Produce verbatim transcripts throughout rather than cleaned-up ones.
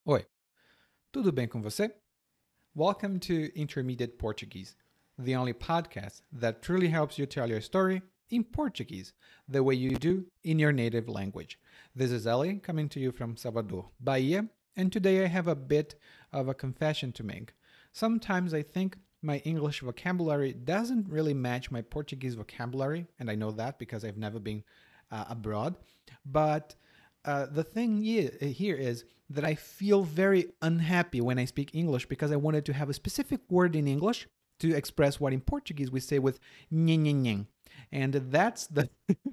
Oi, tudo bem com você? Welcome to Intermediate Portuguese, the only podcast that truly helps you tell your story in Portuguese, the way you do in your native language. This is Ellie coming to you from Salvador, Bahia, and today I have a bit of a confession to make. Sometimes I think my English vocabulary doesn't really match my Portuguese vocabulary, and I know that because I've never been uh, abroad, but uh, the thing here is that I feel very unhappy when I speak English because I wanted to have a specific word in English to express what in Portuguese we say with nhen nhen nhen. And that's the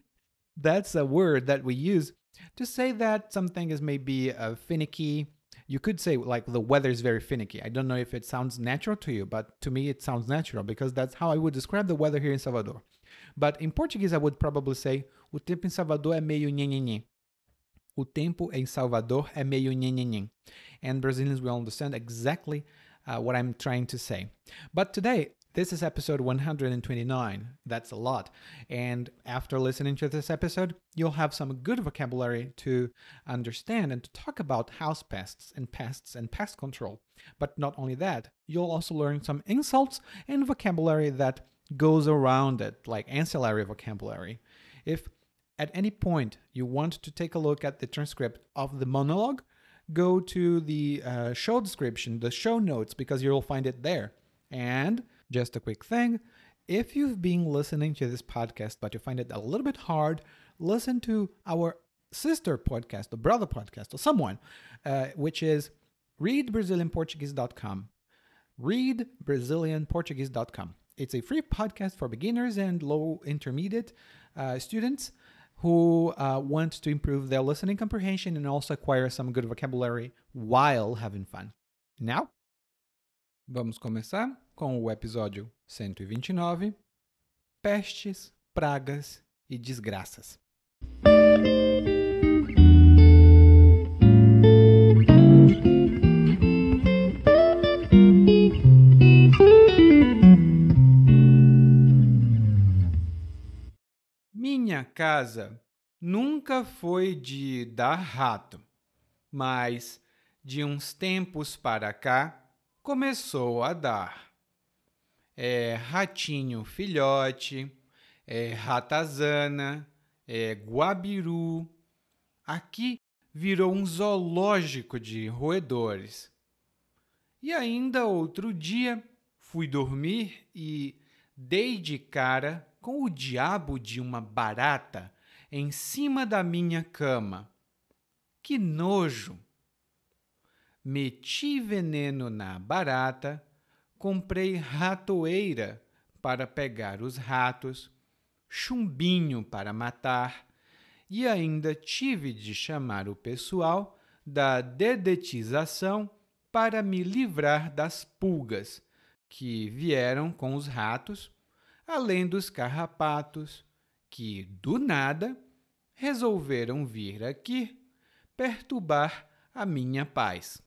that's a word that we use to say that something is maybe uh, finicky. You could say like the weather is very finicky. I don't know if it sounds natural to you, but to me it sounds natural because that's how I would describe the weather here in Salvador. But in Portuguese I would probably say o tempo em Salvador é meio nhen nhen nhen. O tempo em Salvador é meio nhenhenhen. And Brazilians will understand exactly uh, what I'm trying to say. But today, this is episode one hundred twenty-nine. That's a lot. And after listening to this episode, you'll have some good vocabulary to understand and to talk about house pests and pests and pest control. But not only that, you'll also learn some insults and vocabulary that goes around it, like ancillary vocabulary. If at any point you want to take a look at the transcript of the monologue, go to the uh, show description, the show notes, because you'll find it there. And just a quick thing, if you've been listening to this podcast but you find it a little bit hard, listen to our sister podcast, or brother podcast, or someone, uh, which is read brazilian portuguese dot com. read brazilian portuguese dot com. It's a free podcast for beginners and low intermediate uh, students who uh, want to improve their listening comprehension and also acquire some good vocabulary while having fun. Now, vamos começar com o episódio cento e vinte e nove, Pestes, Pragas e Desgraças. Minha casa nunca foi de dar rato, mas de uns tempos para cá começou a dar. É ratinho filhote, é ratazana, é guabiru. Aqui virou um zoológico de roedores. E ainda outro dia fui dormir e dei de cara com o diabo de uma barata em cima da minha cama. Que nojo! Meti veneno na barata, comprei ratoeira para pegar os ratos, chumbinho para matar e ainda tive de chamar o pessoal da dedetização para me livrar das pulgas que vieram com os ratos, além dos carrapatos que, do nada, resolveram vir aqui perturbar a minha paz.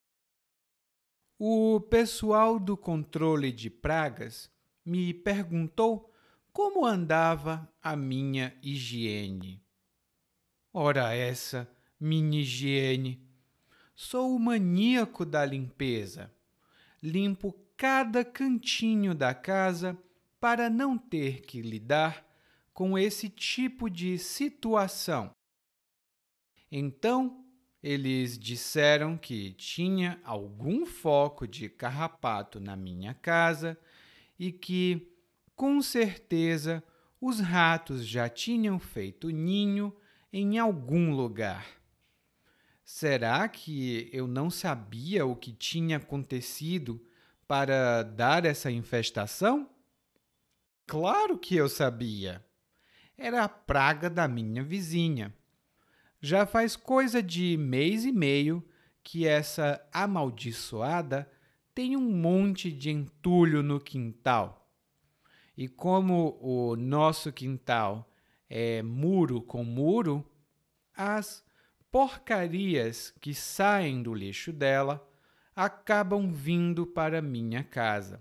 O pessoal do controle de pragas me perguntou como andava a minha higiene. Ora essa, minha higiene! Sou o maníaco da limpeza. Limpo cada cantinho da casa para não ter que lidar com esse tipo de situação. Então, eles disseram que tinha algum foco de carrapato na minha casa e que, com certeza, os ratos já tinham feito ninho em algum lugar. Será que eu não sabia o que tinha acontecido para dar essa infestação? Claro que eu sabia. Era a praga da minha vizinha. Já faz coisa de mês e meio que essa amaldiçoada tem um monte de entulho no quintal. E como o nosso quintal é muro com muro, as porcarias que saem do lixo dela acabam vindo para minha casa.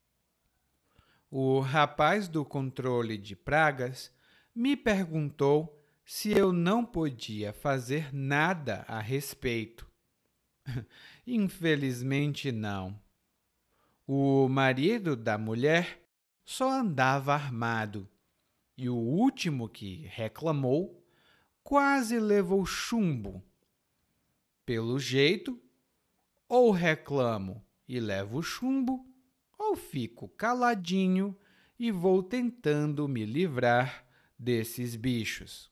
O rapaz do controle de pragas me perguntou se eu não podia fazer nada a respeito. Infelizmente, não. O marido da mulher só andava armado e o último que reclamou quase levou chumbo. Pelo jeito, ou reclamo e levo chumbo, ou fico caladinho e vou tentando me livrar desses bichos.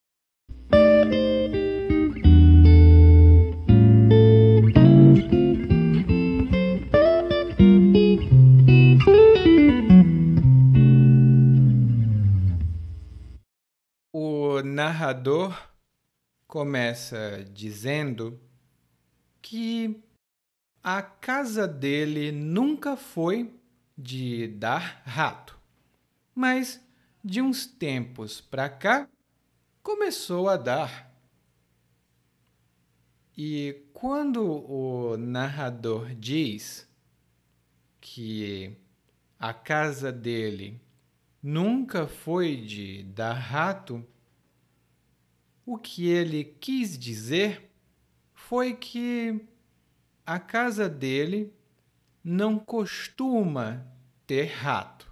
O narrador começa dizendo que a casa dele nunca foi de dar rato, mas de uns tempos para cá começou a dar. E quando o narrador diz que a casa dele nunca foi de dar rato, o que ele quis dizer foi que a casa dele não costuma ter rato.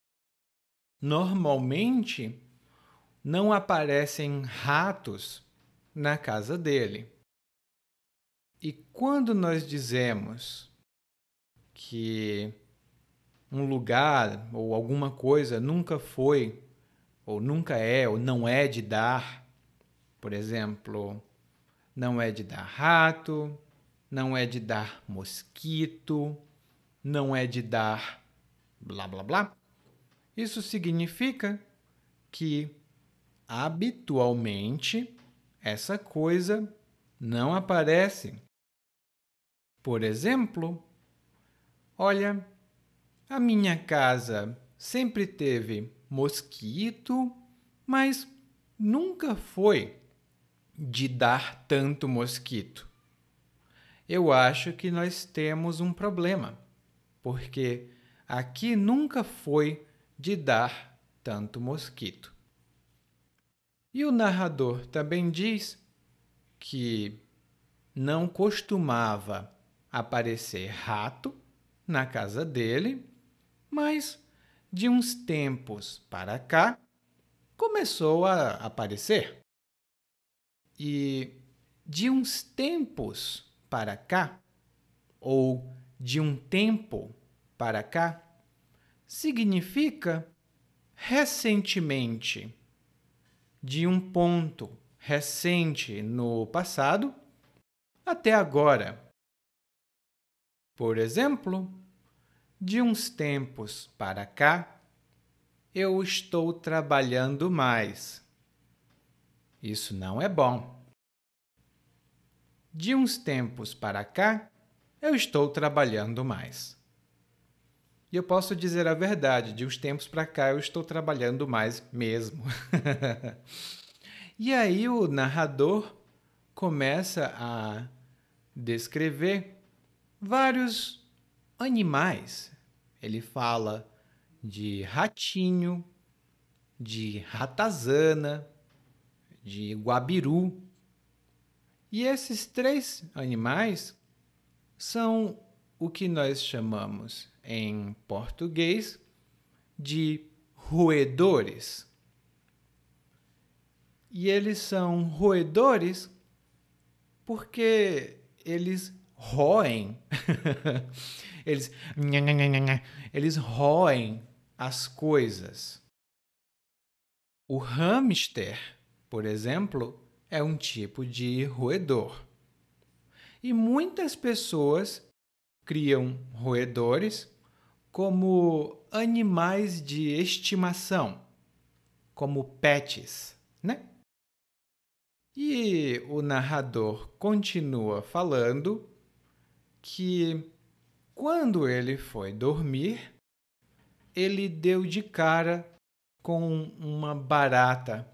Normalmente, não aparecem ratos na casa dele. E quando nós dizemos que um lugar ou alguma coisa nunca foi, ou nunca é, ou não é de dar, por exemplo, não é de dar rato, não é de dar mosquito, não é de dar blá blá blá. Isso significa que habitualmente essa coisa não aparece. Por exemplo, olha, a minha casa sempre teve mosquito, mas nunca foi de dar tanto mosquito. Eu acho que nós temos um problema, porque aqui nunca foi de dar tanto mosquito. E o narrador também diz que não costumava aparecer rato na casa dele, mas de uns tempos para cá começou a aparecer. E de uns tempos para cá, ou de um tempo para cá, significa recentemente, de um ponto recente no passado até agora. Por exemplo, de uns tempos para cá, eu estou trabalhando mais. Isso não é bom. De uns tempos para cá, eu estou trabalhando mais. E eu posso dizer a verdade, de uns tempos para cá eu estou trabalhando mais mesmo. E aí o narrador começa a descrever vários animais. Ele fala de ratinho, de ratazana, de guabiru. E esses três animais são o que nós chamamos em português de roedores. E eles são roedores porque eles roem, eles, eles roem as coisas. O hamster, por exemplo, é um tipo de roedor. E muitas pessoas criam roedores como animais de estimação, como pets, né? E o narrador continua falando que quando ele foi dormir, ele deu de cara com uma barata.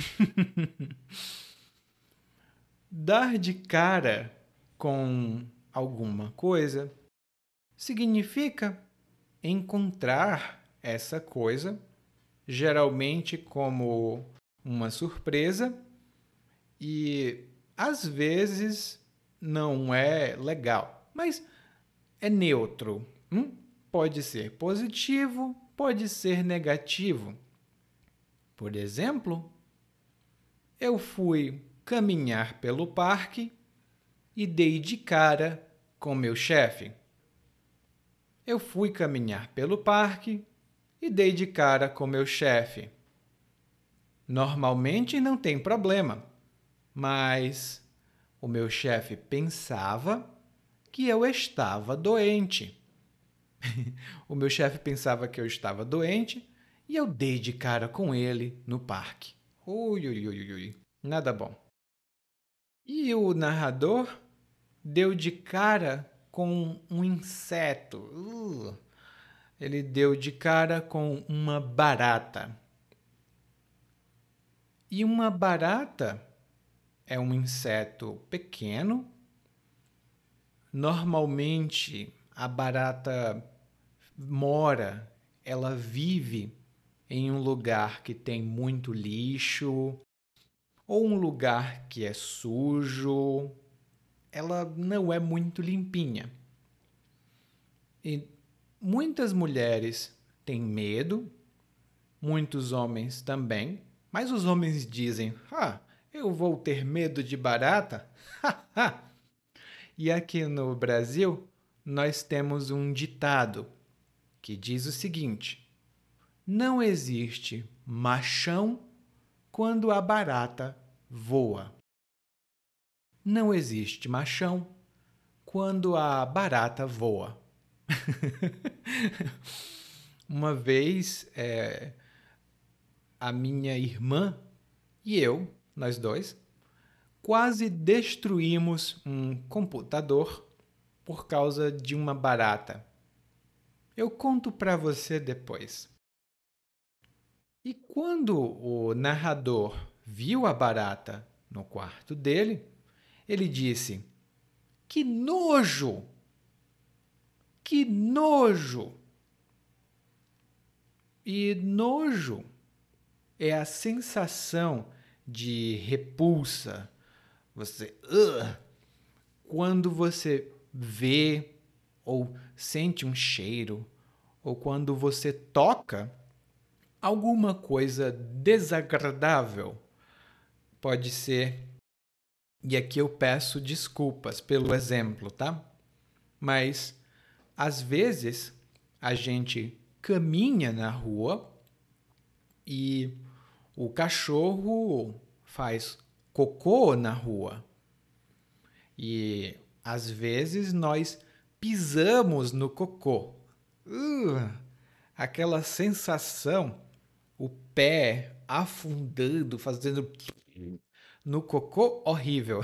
Dar de cara com alguma coisa significa encontrar essa coisa, geralmente como uma surpresa, e às vezes não é legal, mas é neutro. Hum? Pode ser positivo, pode ser negativo. Por exemplo, eu fui caminhar pelo parque e dei de cara com meu chefe. Eu fui caminhar pelo parque e dei de cara com meu chefe. Normalmente não tem problema, mas o meu chefe pensava que eu estava doente. O meu chefe pensava que eu estava doente e eu dei de cara com ele no parque. Ui, ui, ui, ui, nada bom. E o narrador deu de cara com um inseto. Uh, ele deu de cara com uma barata. E uma barata é um inseto pequeno. Normalmente, a barata mora, ela vive em um lugar que tem muito lixo ou um lugar que é sujo. Ela não é muito limpinha. E muitas mulheres têm medo, muitos homens também, mas os homens dizem: "Ah, eu vou ter medo de barata?" E aqui no Brasil, nós temos um ditado que diz o seguinte: não existe machão quando a barata voa. Não existe machão quando a barata voa. Uma vez, é, a minha irmã e eu, nós dois, quase destruímos um computador por causa de uma barata. Eu conto para você depois. E quando o narrador viu a barata no quarto dele, ele disse: "Que nojo! Que nojo!" E nojo é a sensação de repulsa. Você, uh, quando você vê ou sente um cheiro, ou quando você toca alguma coisa desagradável. Pode ser, e aqui eu peço desculpas pelo exemplo, tá? Mas às vezes a gente caminha na rua e o cachorro faz cocô na rua. E às vezes nós pisamos no cocô. Uh, aquela sensação, o pé afundando, fazendo no cocô, horrível.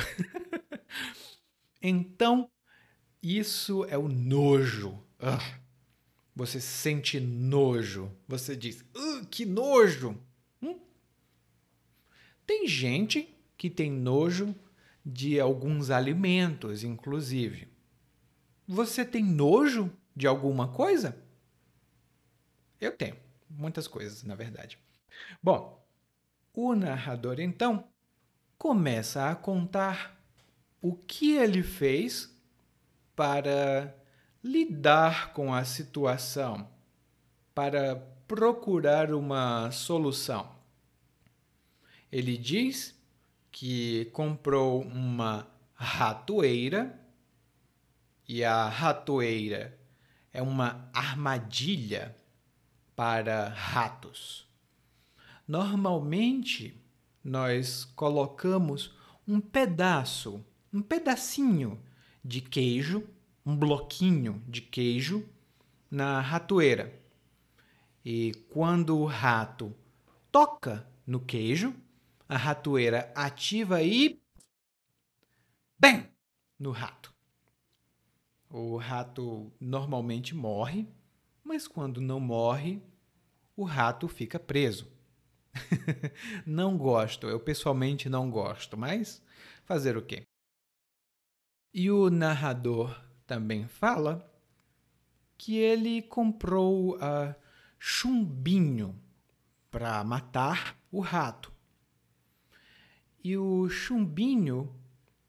Então, isso é o nojo. Ah, você sente nojo. Você diz, uh, que nojo. Hum? Tem gente que tem nojo de alguns alimentos, inclusive. Você tem nojo de alguma coisa? Eu tenho. Muitas coisas, na verdade. Bom, o narrador, então, começa a contar o que ele fez para lidar com a situação, para procurar uma solução. Ele diz que comprou uma ratoeira, e a ratoeira é uma armadilha para ratos. Normalmente, nós colocamos um pedaço, um pedacinho de queijo, um bloquinho de queijo na ratoeira. E quando o rato toca no queijo, a ratoeira ativa e bem no rato. O rato normalmente morre, mas quando não morre, o rato fica preso. Não gosto, eu pessoalmente não gosto, mas fazer o quê? E o narrador também fala que ele comprou uh, chumbinho para matar o rato. E o chumbinho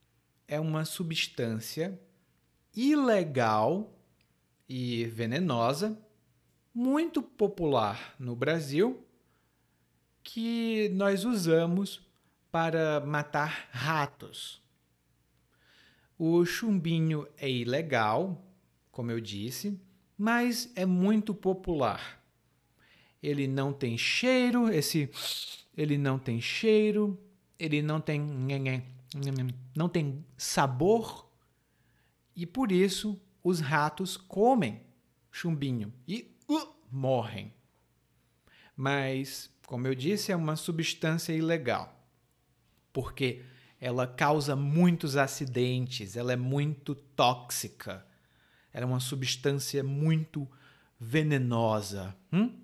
é uma substância ilegal e venenosa, muito popular no Brasil, que nós usamos para matar ratos. O chumbinho é ilegal, como eu disse, mas é muito popular. Ele não tem cheiro, esse ele não tem cheiro, ele não tem não tem sabor e por isso os ratos comem chumbinho e uh, morrem. Mas, como eu disse, é uma substância ilegal, porque ela causa muitos acidentes, ela é muito tóxica, ela é uma substância muito venenosa. Hum?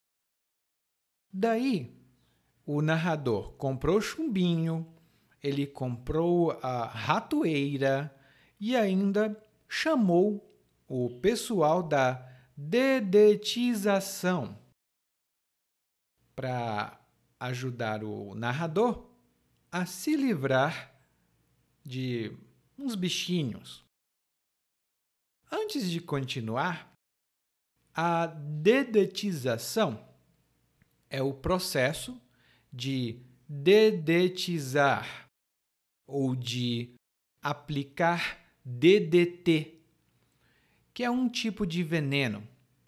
Daí, o narrador comprou chumbinho, ele comprou a ratoeira e ainda chamou o pessoal da dedetização para ajudar o narrador a se livrar de uns bichinhos. Antes de continuar, a dedetização é o processo de dedetizar ou de aplicar D D T, que é um tipo de veneno.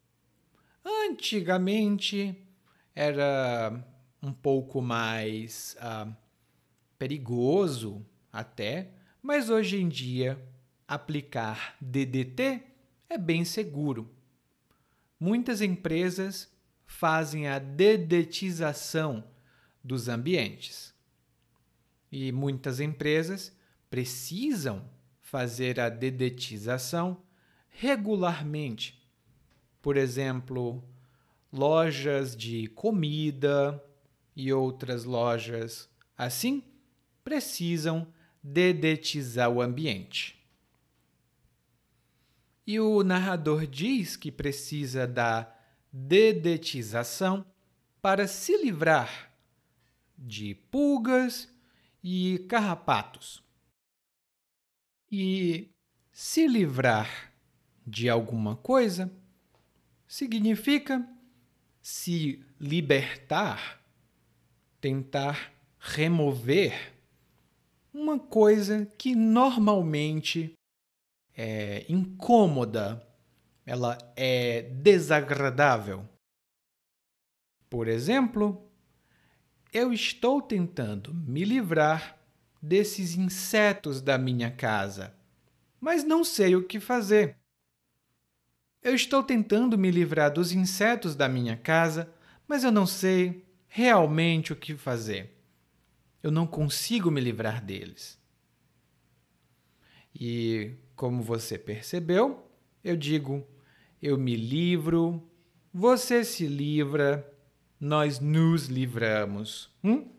Antigamente era um pouco mais ah, perigoso até, mas hoje em dia aplicar D D T é bem seguro. Muitas empresas fazem a dedetização dos ambientes. E muitas empresas precisam fazer a dedetização regularmente. Por exemplo, lojas de comida e outras lojas assim precisam dedetizar o ambiente. E o narrador diz que precisa da dedetização para se livrar de pulgas e carrapatos. E se livrar de alguma coisa significa se libertar, tentar remover uma coisa que normalmente é incômoda, ela é desagradável. Por exemplo, eu estou tentando me livrar desses insetos da minha casa, mas não sei o que fazer. Eu estou tentando me livrar dos insetos da minha casa, mas eu não sei realmente o que fazer. Eu não consigo me livrar deles. E, como você percebeu, eu digo, eu me livro, você se livra, nós nos livramos. Hum?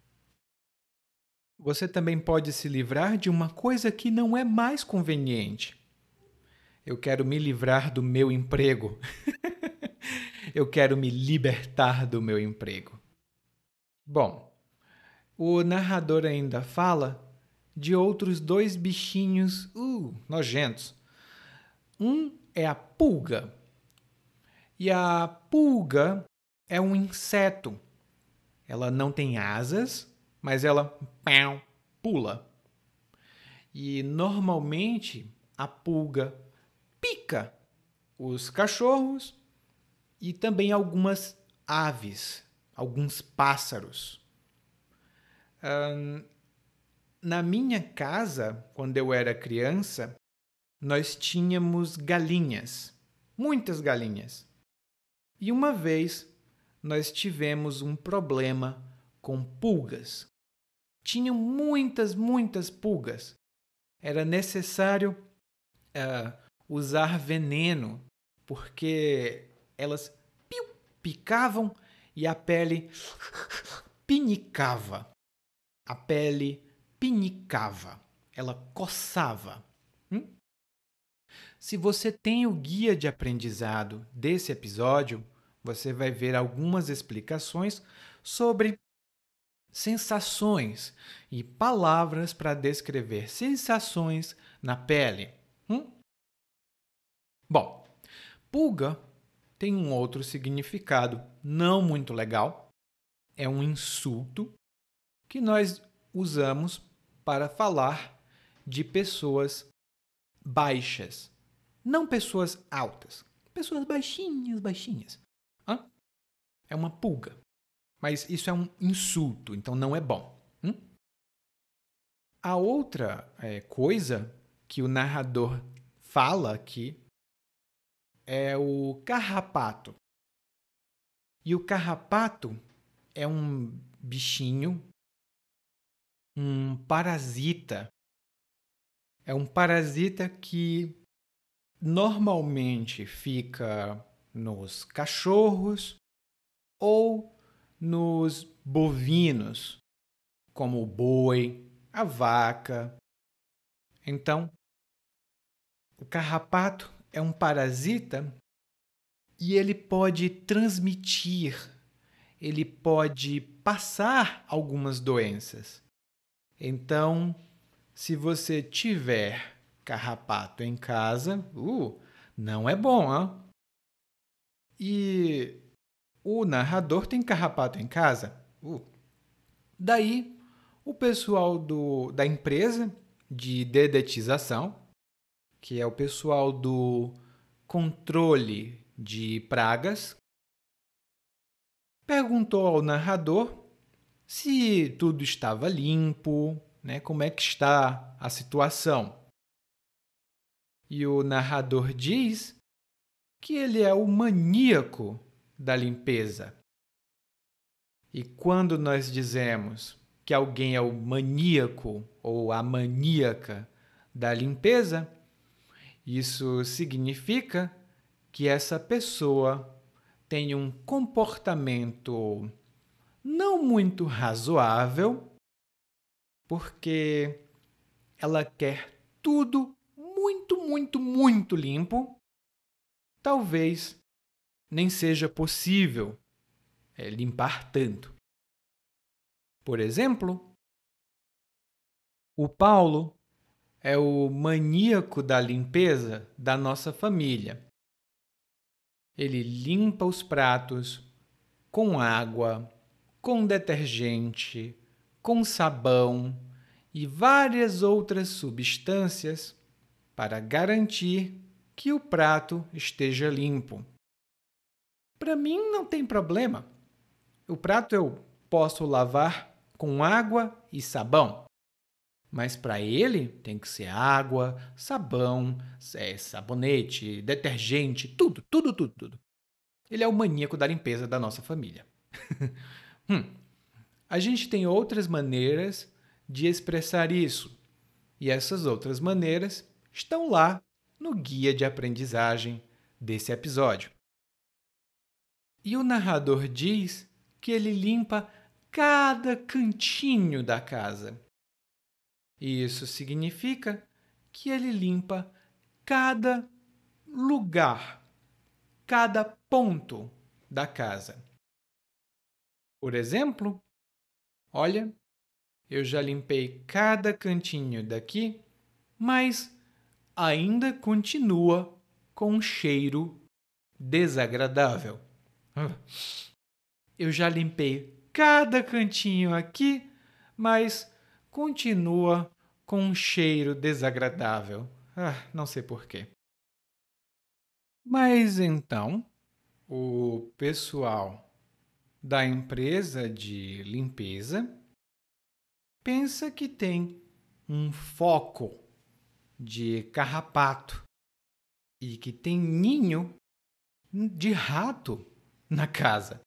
Você também pode se livrar de uma coisa que não é mais conveniente. Eu quero me livrar do meu emprego. Eu quero me libertar do meu emprego. Bom, o narrador ainda fala de outros dois bichinhos uh, nojentos. Um é a pulga. E a pulga é um inseto. Ela não tem asas, mas ela pula. E normalmente a pulga pica os cachorros e também algumas aves, alguns pássaros. Hum, na minha casa, quando eu era criança, nós tínhamos galinhas, muitas galinhas. E uma vez nós tivemos um problema com pulgas. Tinham muitas, muitas pulgas. Era necessário uh, usar veneno, porque elas piu, picavam e a pele pinicava. A pele pinicava. Ela coçava. Hum? Se você tem o guia de aprendizado desse episódio, você vai ver algumas explicações sobre sensações e palavras para descrever sensações na pele. Hum? Bom, pulga tem um outro significado não muito legal. É um insulto que nós usamos para falar de pessoas baixas. Não pessoas altas. Pessoas baixinhas, baixinhas. Hã? É uma pulga. Mas isso é um insulto, então não é bom. Hum? A outra é, coisa que o narrador fala aqui é o carrapato. E o carrapato é um bichinho, um parasita. É um parasita que normalmente fica nos cachorros ou nos bovinos, como o boi, a vaca. Então, o carrapato é um parasita e ele pode transmitir, ele pode passar algumas doenças. Então, se você tiver carrapato em casa, uh, não é bom, hein? E o narrador tem carrapato em casa. Uh. Daí, o pessoal do, da empresa de dedetização, que é o pessoal do controle de pragas, perguntou ao narrador se tudo estava limpo, né? Como é que está a situação. E o narrador diz que ele é o maníaco da limpeza. E quando nós dizemos que alguém é o maníaco ou a maníaca da limpeza, isso significa que essa pessoa tem um comportamento não muito razoável, porque ela quer tudo muito, muito, muito limpo. Talvez nem seja possível é, limpar tanto. Por exemplo, o Paulo é o maníaco da limpeza da nossa família. Ele limpa os pratos com água, com detergente, com sabão e várias outras substâncias para garantir que o prato esteja limpo. Para mim não tem problema. O prato eu posso lavar com água e sabão. Mas para ele tem que ser água, sabão, é, sabonete, detergente, tudo, tudo, tudo, tudo. Ele é o maníaco da limpeza da nossa família. hum. A gente tem outras maneiras de expressar isso. E essas outras maneiras estão lá no guia de aprendizagem desse episódio. E o narrador diz que ele limpa cada cantinho da casa. E isso significa que ele limpa cada lugar, cada ponto da casa. Por exemplo, olha, eu já limpei cada cantinho daqui, mas ainda continua com um cheiro desagradável. Eu já limpei cada cantinho aqui, mas continua com um cheiro desagradável. Ah, não sei porquê. Mas então, o pessoal da empresa de limpeza pensa que tem um foco de carrapato e que tem ninho de rato na casa.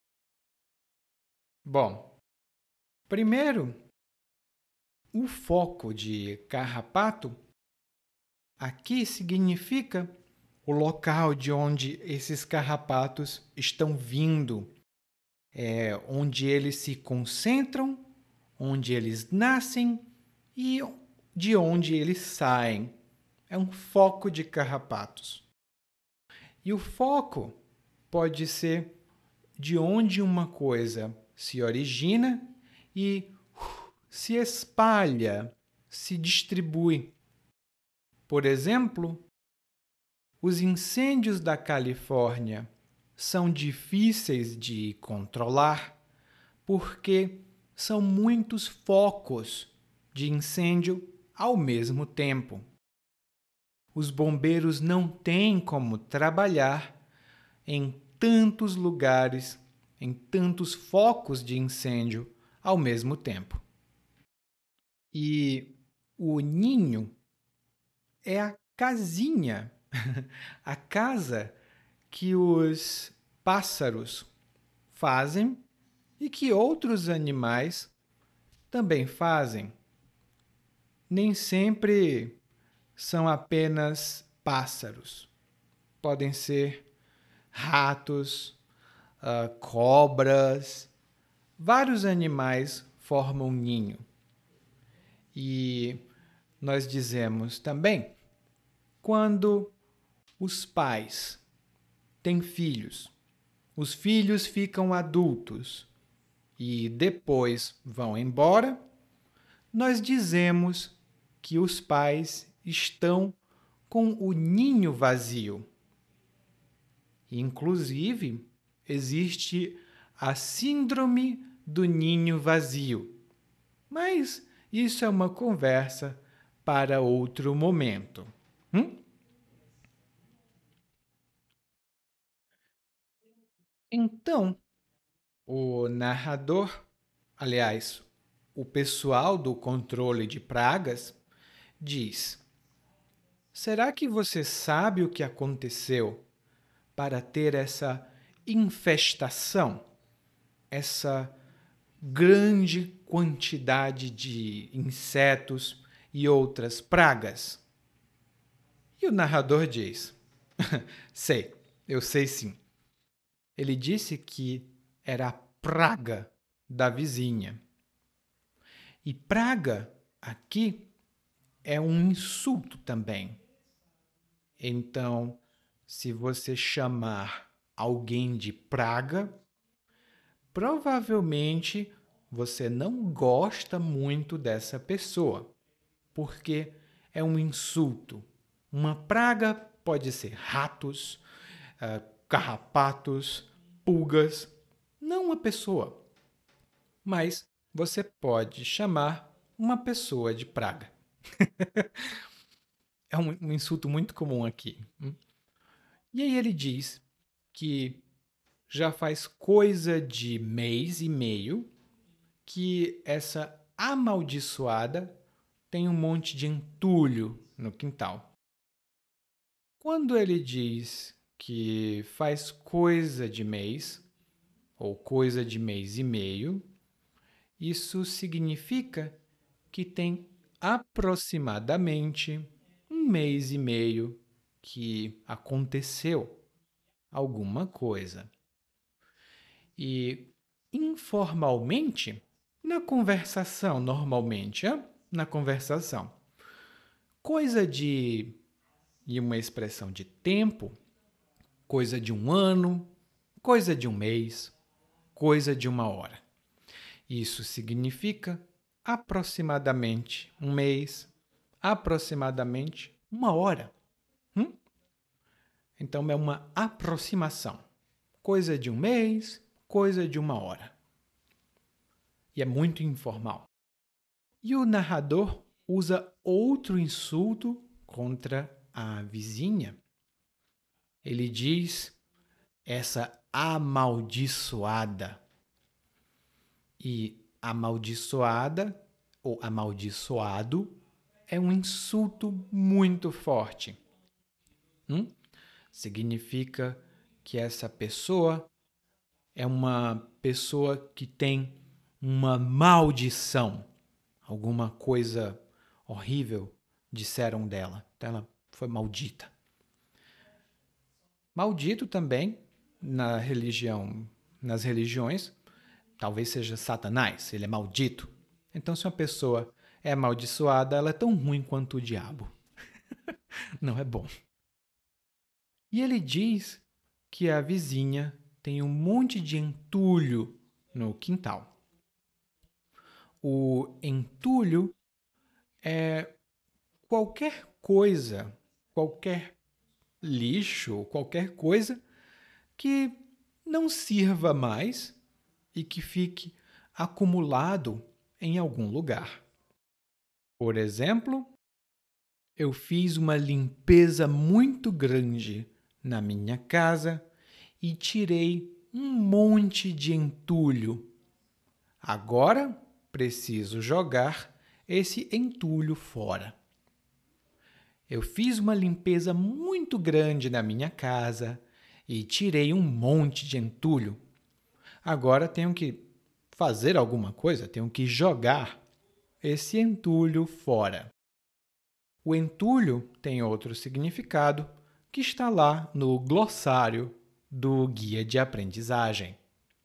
Bom, primeiro, o foco de carrapato aqui significa o local de onde esses carrapatos estão vindo, é, onde eles se concentram, onde eles nascem e de onde eles saem. É um foco de carrapatos. E o foco pode ser de onde uma coisa se origina e uh, se espalha, se distribui. Por exemplo, os incêndios da Califórnia são difíceis de controlar porque são muitos focos de incêndio ao mesmo tempo. Os bombeiros não têm como trabalhar em tantos lugares, em tantos focos de incêndio ao mesmo tempo. E o ninho é a casinha, a casa que os pássaros fazem e que outros animais também fazem. Nem sempre são apenas pássaros. Podem ser ratos, uh, cobras. Vários animais formam um ninho. E nós dizemos também, quando os pais têm filhos, os filhos ficam adultos e depois vão embora, nós dizemos que os pais estão com o ninho vazio. Inclusive, existe a síndrome do ninho vazio. Mas isso é uma conversa para outro momento. Hum? Então, o narrador, aliás, o pessoal do controle de pragas, diz: será que você sabe o que aconteceu para ter essa infestação, essa grande quantidade de insetos e outras pragas? E o narrador diz: sei, eu sei sim. Ele disse que era a praga da vizinha. E praga aqui é um insulto também. Então, se você chamar alguém de praga, provavelmente você não gosta muito dessa pessoa, porque é um insulto. Uma praga pode ser ratos, uh, carrapatos, pulgas, não uma pessoa. Mas você pode chamar uma pessoa de praga. É um, um insulto muito comum aqui. E aí ele diz que já faz coisa de mês e meio que essa amaldiçoada tem um monte de entulho no quintal. Quando ele diz que faz coisa de mês, ou coisa de mês e meio, isso significa que tem aproximadamente um mês e meio que aconteceu alguma coisa. E informalmente, na conversação, normalmente, é? na conversação, coisa de, e uma expressão de tempo, coisa de um ano, coisa de um mês, coisa de uma hora. Isso significa aproximadamente um mês, aproximadamente uma hora. Hum? Então é uma aproximação. Coisa de um mês, coisa de uma hora. E é muito informal. E o narrador usa outro insulto contra a vizinha. Ele diz essa amaldiçoada. E amaldiçoada ou amaldiçoado é um insulto muito forte. Hum? Significa que essa pessoa é uma pessoa que tem uma maldição. Alguma coisa horrível disseram dela. Então ela foi maldita. Maldito também na religião, nas religiões, talvez seja Satanás, ele é maldito. Então, se uma pessoa é amaldiçoada, ela é tão ruim quanto o diabo. Não é bom. E ele diz que a vizinha tem um monte de entulho no quintal. O entulho é qualquer coisa, qualquer lixo, qualquer coisa que não sirva mais e que fique acumulado em algum lugar. Por exemplo, eu fiz uma limpeza muito grande na minha casa e tirei um monte de entulho. Agora preciso jogar esse entulho fora. Eu fiz uma limpeza muito grande na minha casa e tirei um monte de entulho. Agora tenho que fazer alguma coisa, tenho que jogar esse entulho fora. O entulho tem outro significado que está lá no glossário do guia de aprendizagem.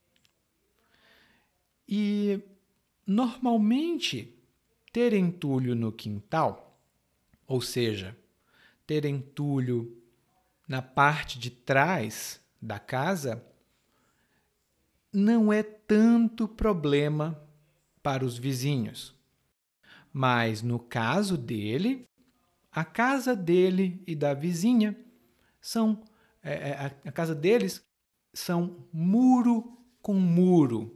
E, normalmente, ter entulho no quintal, ou seja, ter entulho na parte de trás da casa, não é tanto problema para os vizinhos. Mas, no caso dele, a casa dele e da vizinha são é, a, a casa deles são muro com muro.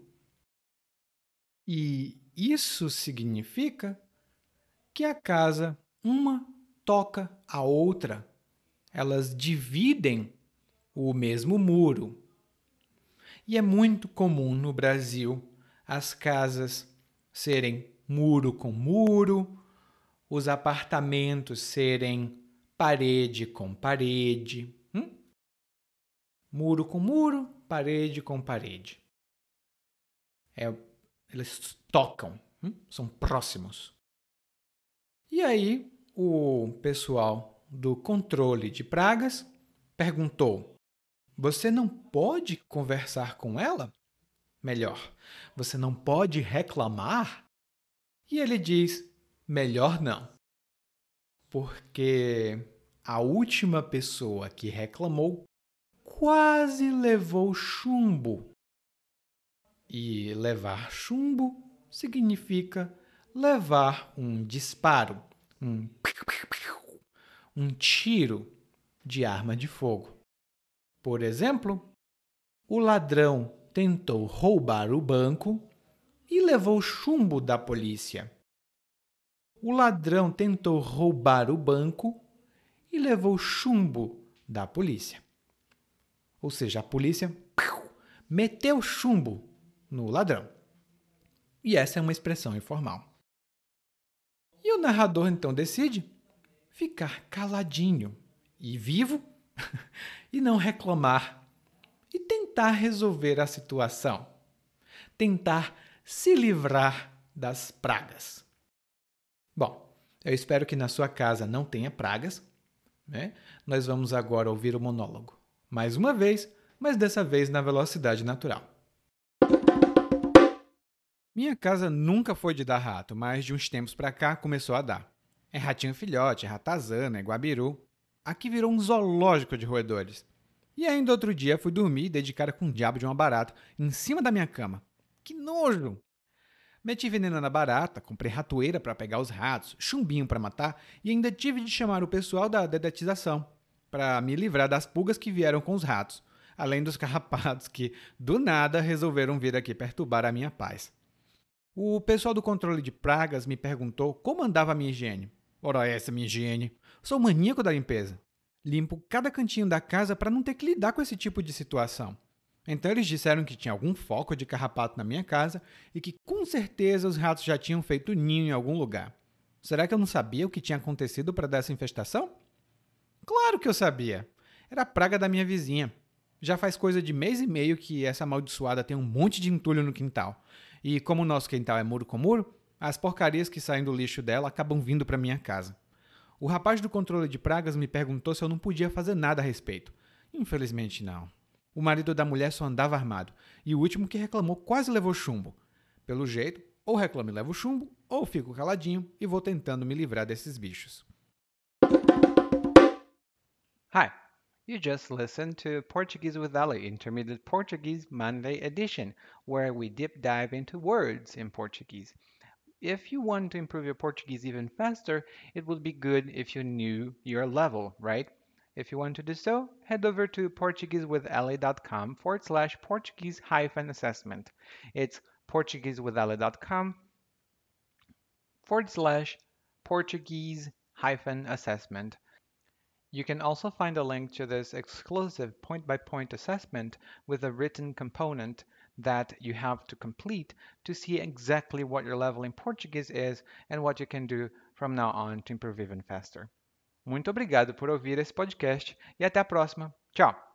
E isso significa que a casa, uma toca a outra. Elas dividem o mesmo muro. E é muito comum no Brasil as casas serem muro com muro, os apartamentos serem parede com parede. Hum? Muro com muro, parede com parede. É, eles tocam, hum? São próximos. E aí, o pessoal do controle de pragas perguntou: você não pode conversar com ela? Melhor, você não pode reclamar? E ele diz: melhor não. Porque a última pessoa que reclamou quase levou chumbo. E levar chumbo significa levar um disparo, um, um tiro de arma de fogo. Por exemplo, o ladrão tentou roubar o banco e levou chumbo da polícia. O ladrão tentou roubar o banco e levou chumbo da polícia. Ou seja, a polícia meteu chumbo no ladrão. E essa é uma expressão informal. E o narrador então decide ficar caladinho e vivo e não reclamar e tentar resolver a situação, tentar se livrar das pragas. Bom, eu espero que na sua casa não tenha pragas, né? Nós vamos agora ouvir o monólogo mais uma vez, mas dessa vez na velocidade natural. Minha casa nunca foi de dar rato, mas de uns tempos pra cá começou a dar. É ratinho filhote, é ratazana, é guabiru. Aqui virou um zoológico de roedores. E ainda outro dia fui dormir e dei de cara com um diabo de uma barata em cima da minha cama. Que nojo! Meti veneno na barata, comprei ratoeira para pegar os ratos, chumbinho para matar e ainda tive de chamar o pessoal da dedetização para me livrar das pulgas que vieram com os ratos, além dos carrapatos que, do nada, resolveram vir aqui perturbar a minha paz. O pessoal do controle de pragas me perguntou como andava a minha higiene. Ora essa minha higiene. Sou maníaco da limpeza. Limpo cada cantinho da casa para não ter que lidar com esse tipo de situação. Então eles disseram que tinha algum foco de carrapato na minha casa e que com certeza os ratos já tinham feito ninho em algum lugar. Será que eu não sabia o que tinha acontecido para dar essa infestação? Claro que eu sabia. Era a praga da minha vizinha. Já faz coisa de mês e meio que essa amaldiçoada tem um monte de entulho no quintal. E como o nosso quintal é muro com muro, as porcarias que saem do lixo dela acabam vindo para minha casa. O rapaz do controle de pragas me perguntou se eu não podia fazer nada a respeito. Infelizmente não. O marido da mulher só andava armado, e o último que reclamou quase levou chumbo. Pelo jeito, ou reclamo e levo chumbo, ou fico caladinho e vou tentando me livrar desses bichos. Hi, you just listened to Portuguese with Ali, Intermediate Portuguese Monday edition, where we deep dive into words in Portuguese. if you want to improve your Portuguese even faster, it would be good if you knew your level, right? If you want to do so, head over to portuguesewithale.com forward slash Portuguese hyphen assessment. It's portuguesewithale.com forward slash Portuguese hyphen assessment. You can also find a link to this exclusive point-by-point assessment with a written component that you have to complete to see exactly what your level in Portuguese is and what you can do from now on to improve even faster. Muito obrigado por ouvir esse podcast e até a próxima. Tchau!